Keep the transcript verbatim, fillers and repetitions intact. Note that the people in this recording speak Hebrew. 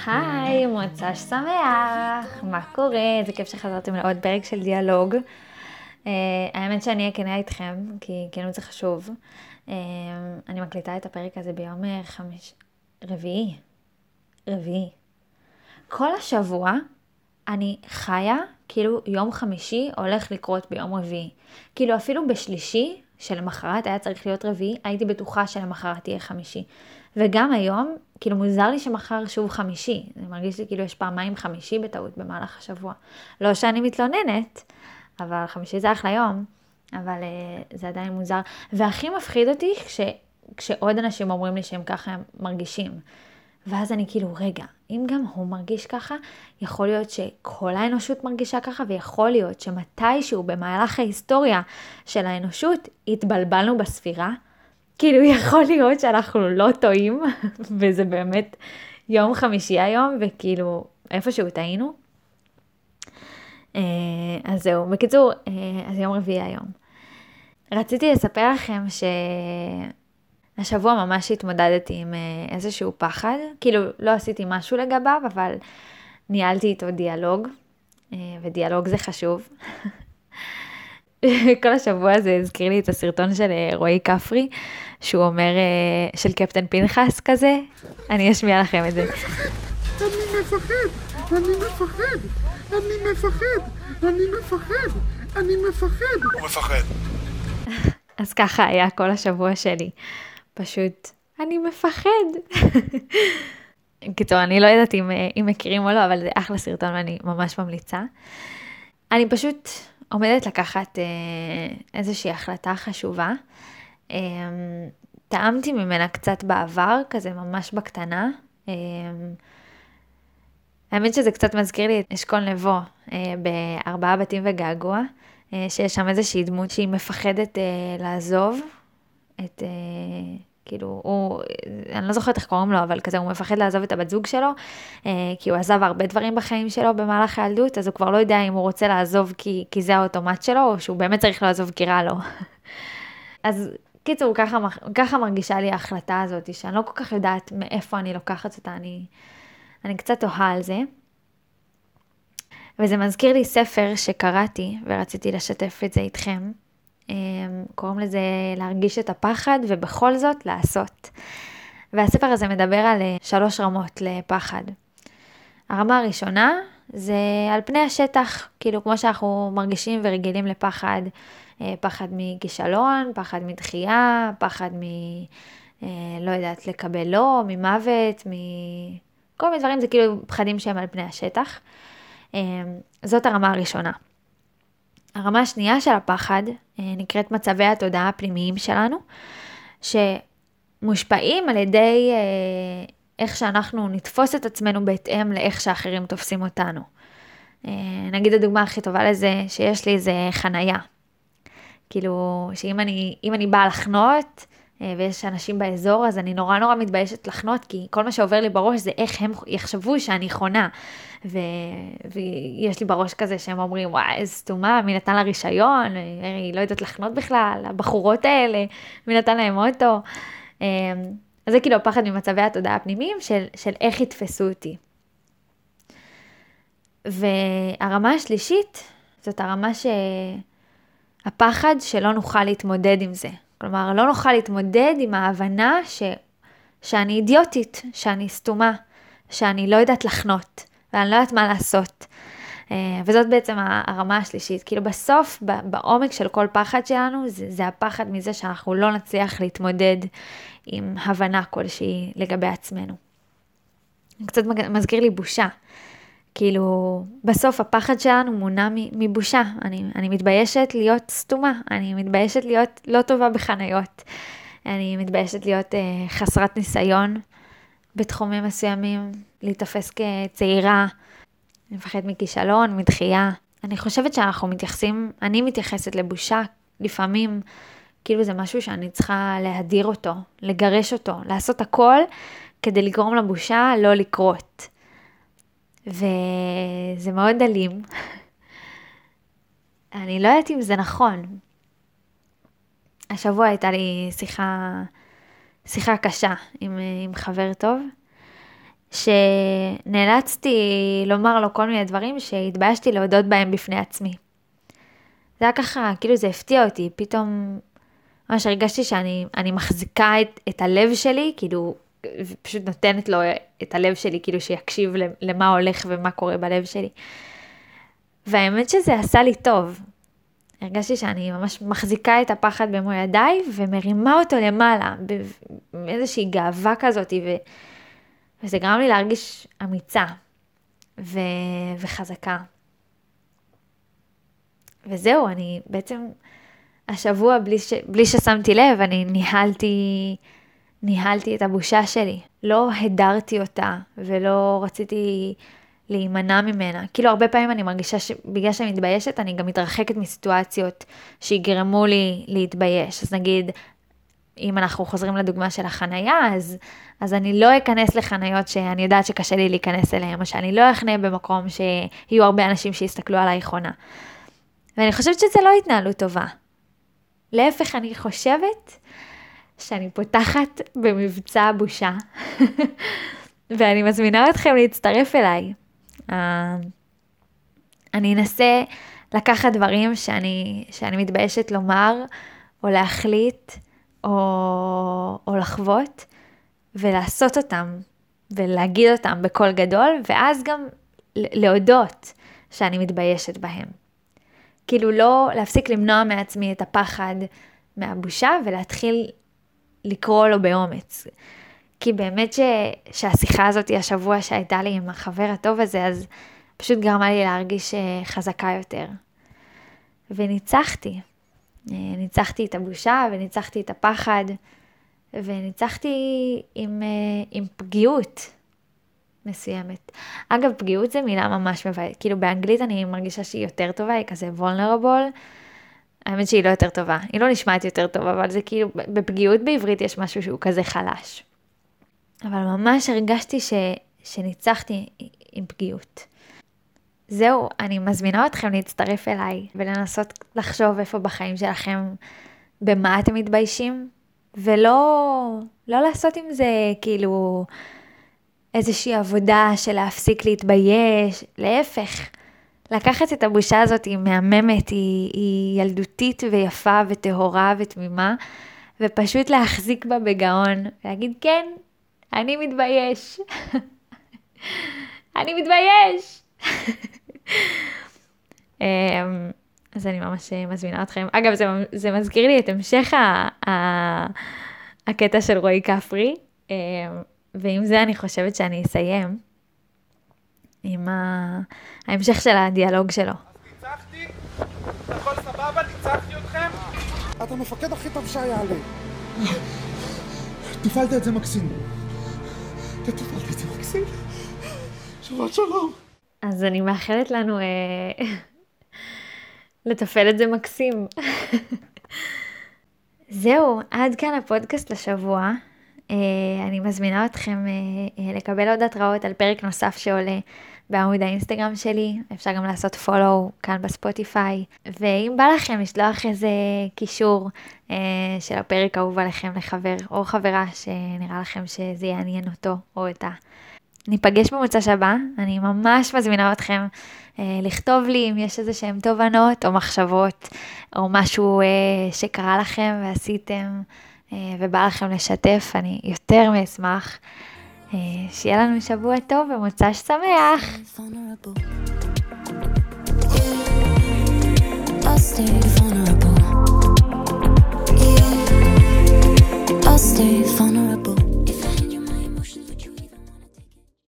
היי, מוצ"ש שמח, מה קורה? זה כיף שחזרתם לעוד פרק של דיאלוג. Uh, האמת שאני אכנה איתכם, כי כאילו זה חשוב. Uh, אני מקליטה את הפרק הזה ביום uh, חמיש... רביעי. רביעי. כל השבוע אני חיה, כאילו יום חמישי הולך לקרות ביום רביעי. כאילו אפילו בשלישי, שלמחרת היה צריך להיות רביעי, הייתי בטוחה שלמחרת תהיה חמישי. וגם היום, כאילו מוזר לי שמחר שוב חמישי. זה מרגיש לי כאילו יש פעמיים חמישי בטעות במהלך השבוע. לא שאני מתלוננת, אבל חמישי זה אחלה יום, אבל uh, זה עדיין מוזר. והכי מפחיד אותי כש, כשעוד אנשים אומרים לי שהם ככה הם מרגישים. ואז אני כאילו, רגע, אם גם הוא מרגיש ככה, יכול להיות שכל האנושות מרגישה ככה, ויכול להיות שמתישהו במהלך ההיסטוריה של האנושות התבלבלנו בספירה. כאילו יכול להיות שאנחנו לא טועים, וזה באמת יום חמישי היום, וכאילו איפשהו טעינו. אז זהו, בקיצור, אז יום רביעי היום. רציתי לספר לכם שהשבוע ממש התמודדתי עם איזשהו פחד, כאילו לא עשיתי משהו לגביו, אבל ניהלתי איתו דיאלוג, ודיאלוג זה חשוב. כל השבוע הזה הזכיר לי את הסרטון של רועי כפרי, שהוא אומר, של קפטן פנחס כזה, אני אשמיע לכם את זה. אני מפחד, אני מפחד, אני מפחד, אני מפחד, אני מפחד. הוא מפחד. אז ככה היה כל השבוע שלי. פשוט, אני מפחד. קיצור, אני לא יודעת אם, אם מכירים או לא, אבל זה אחלה סרטון ואני ממש ממליצה. אני פשוט עומדת לקחת אה, איזושהי החלטה חשובה. אה, טעמתי ממנה קצת בעבר, כזה ממש בקטנה. אה, האמת שזה קצת מזכיר לי את אשכול נבו, אה, בארבעה בתים וגעגוע, אה, שיש שם איזושהי דמות שהיא מפחדת אה, לעזוב, את, אה, כאילו, הוא, אני לא זוכרת איך קוראים לו, אבל כזה הוא מפחד לעזוב את הבת זוג שלו, אה, כי הוא עזב הרבה דברים בחיים שלו במהלך הילדות, אז הוא כבר לא יודע אם הוא רוצה לעזוב כי, כי זה האוטומט שלו, או שהוא באמת צריך לעזוב כי רע לו. אז קיצור, ככה, ככה מרגישה לי ההחלטה הזאת, שאני לא כל כך יודעת מאיפה אני לוקחת אותה, אני... אני קצת תוהה על זה, וזה מזכיר לי ספר שקראתי, ורציתי לשתף את זה איתכם. קוראים לזה להרגיש את הפחד, ובכל זאת לעשות. והספר הזה מדבר על שלוש רמות לפחד. הרמה הראשונה זה על פני השטח, כאילו כמו שאנחנו מרגישים ורגילים לפחד, פחד מכישלון, פחד מדחייה, פחד מ... לא יודעת, לקבל לא, ממוות, מ... כל מיני דברים זה כאילו פחדים שהם על פני השטח. זאת הרמה הראשונה. הרמה השנייה של הפחד נקראת מצבי התודעה הפנימיים שלנו, שמושפעים על ידי איך שאנחנו נתפוס את עצמנו בהתאם לאיך שאחרים תופסים אותנו. נגיד הדוגמה הכי טובה לזה, שיש לי איזה חנייה. כאילו שאם אני, אם אני באה לחנות, ויש אנשים באזור, אז אני נורא נורא מתביישת לחנות, כי כל מה שעובר לי בראש זה איך הם יחשבו שאני חונה. ו... ויש לי בראש כזה שהם אומרים, וואי, איזה סתומה, מי נתן לה רישיון, היא לא יודעת לחנות בכלל, הבחורות האלה, מי נתן להם אוטו. אז זה כאילו הפחד ממצבי התודעה הפנימיים של, של איך יתפסו אותי. והרמה השלישית, זאת הרמה שהפחד שלא נוכל להתמודד עם זה. כלומר, לא נוכל להתמודד עם ההבנה ש... שאני אידיוטית, שאני סתומה, שאני לא יודעת לחנות, ואני לא יודעת מה לעשות. וזאת בעצם הרמה השלישית. כאילו בסוף, בעומק של כל פחד שלנו, זה, זה הפחד מזה שאנחנו לא נצליח להתמודד עם הבנה כלשהי לגבי עצמנו. קצת מזכיר לי בושה. כאילו, בסוף הפחד שלנו מונע מבושה. אני, אני מתביישת להיות סתומה. אני מתביישת להיות לא טובה בחניות. אני מתביישת להיות אה, חסרת ניסיון בתחומים מסוימים, להתאפס כצעירה, אני מפחד מכישלון, מדחייה. אני חושבת שאנחנו מתייחסים, אני מתייחסת לבושה לפעמים, כאילו זה משהו שאני צריכה להדיר אותו, לגרש אותו, לעשות הכל כדי לגרום לבושה לא לקרות. וזה מאוד אלים. אני לא יודעת אם זה נכון. השבוע הייתה לי שיחה, שיחה קשה עם, עם חבר טוב, שנאלצתי לומר לו כל מיני דברים שהתביישתי להודות בהם בפני עצמי. זה היה ככה, כאילו זה הפתיע אותי, פתאום ממש הרגשתי שאני אני מחזיקה את, את הלב שלי, כאילו, פשוט נותנת לו את הלב שלי, כאילו שיקשיב למה הולך ומה קורה בלב שלי. והאמת שזה עשה לי טוב. הרגשתי שאני ממש מחזיקה את הפחד במו ידיי, ומרימה אותו למעלה, באיזושהי גאווה כזאת, ו... וזה גרם לי להרגיש אמיצה ו... וחזקה. וזהו, אני בעצם השבוע, בלי, ש... בלי ששמתי לב, אני ניהלתי, ניהלתי את הבושה שלי. לא הדרתי אותה, ולא רציתי להימנע ממנה. כאילו הרבה פעמים אני מרגישה שבגלל שאני מתביישת, אני גם מתרחקת מסיטואציות שיגרמו לי להתבייש. אז נגיד, אם אנחנו חוזרים לדוגמה של החנייה, אז, אז אני לא אכנס לחניות שאני יודעת שקשה לי להיכנס אליהם, או שאני לא אכנה במקום שיהיו הרבה אנשים שיסתכלו עליי חונה. ואני חושבת שזה לא התנהלות טובה. להפך, אני חושבת שאני פותחת במבצע הבושה, ואני מזמינה אתכם להצטרף אליי. Uh, אני אנסה לקחת דברים שאני, שאני מתביישת לומר, או להחליט, או, או לחוות, ולעשות אותם, ולהגיד אותם בקול גדול, ואז גם להודות שאני מתביישת בהם. כאילו לא להפסיק למנוע מעצמי את הפחד מהבושה, ולהתחיל לקרוא לו באומץ. כי באמת ש, שהשיחה הזאת היא השבוע שהייתה לי עם החבר הטוב הזה, אז פשוט גרמה לי להרגיש חזקה יותר. וניצחתי. ניצחתי את הבושה, וניצחתי את הפחד, וניצחתי עם, עם פגיעות מסוימת. אגב, פגיעות זה מילה ממש מבית. כאילו באנגלית אני מרגישה שהיא יותר טובה, היא כזה vulnerable. האמת שהיא לא יותר טובה. היא לא נשמעת יותר טובה, אבל זה כאילו, בפגיעות בעברית יש משהו שהוא כזה חלש. אבל ממש הרגשתי ש, שניצחתי עם פגיעות. זהו, אני מזמינה אתכם להצטרף אליי, ולנסות לחשוב איפה בחיים שלכם, במה אתם מתביישים, ולא לא לעשות עם זה כאילו איזושהי עבודה של להפסיק להתבייש, להפך. לקחת את הבושה הזאת היא מהממת, היא, היא ילדותית ויפה וטהורה ותמימה, ופשוט להחזיק בה בגאון, ולהגיד כן, אני מתבייש. אני מתבייש. אז אני ממש מזמינה אתכם. אגב, זה, זה מזכיר לי את המשך ה, ה, הקטע של רועי כפרי, ועם זה אני חושבת שאני אסיים עם ה, ההמשך של הדיאלוג שלו. אז ניצחתי, הכל סבבה, ניצחתי אתכם. אתה מפקד הכי טוב שהיה לי. תפעלת את זה מקסים. אתה תפעלת את זה מקסים. שבת שלום. אז אני מאחלת לנו אה, לתפעל את זה מקסים. זהו, עד כאן הפודקאסט לשבוע. אה, אני מזמינה אתכם אה, אה, לקבל עוד התראות על פרק נוסף שעולה בעמוד האינסטגרם שלי. אפשר גם לעשות פולו כאן בספוטיפיי. ואם בא לכם לשלוח איזה קישור אה, של הפרק האהוב עליכם לחבר או חברה שנראה לכם שזה יעניין אותו או אותה. ניפגש במוצ"ש הבא, אני ממש מזמינה אתכם אה, לכתוב לי אם יש איזה שהם תובנות או מחשבות או משהו אה, שקרה לכם ועשיתם אה, ובא לכם לשתף, אני יותר מאשמח. אה, שיהיה לנו שבוע טוב ומוצ"ש שמח. I'll stay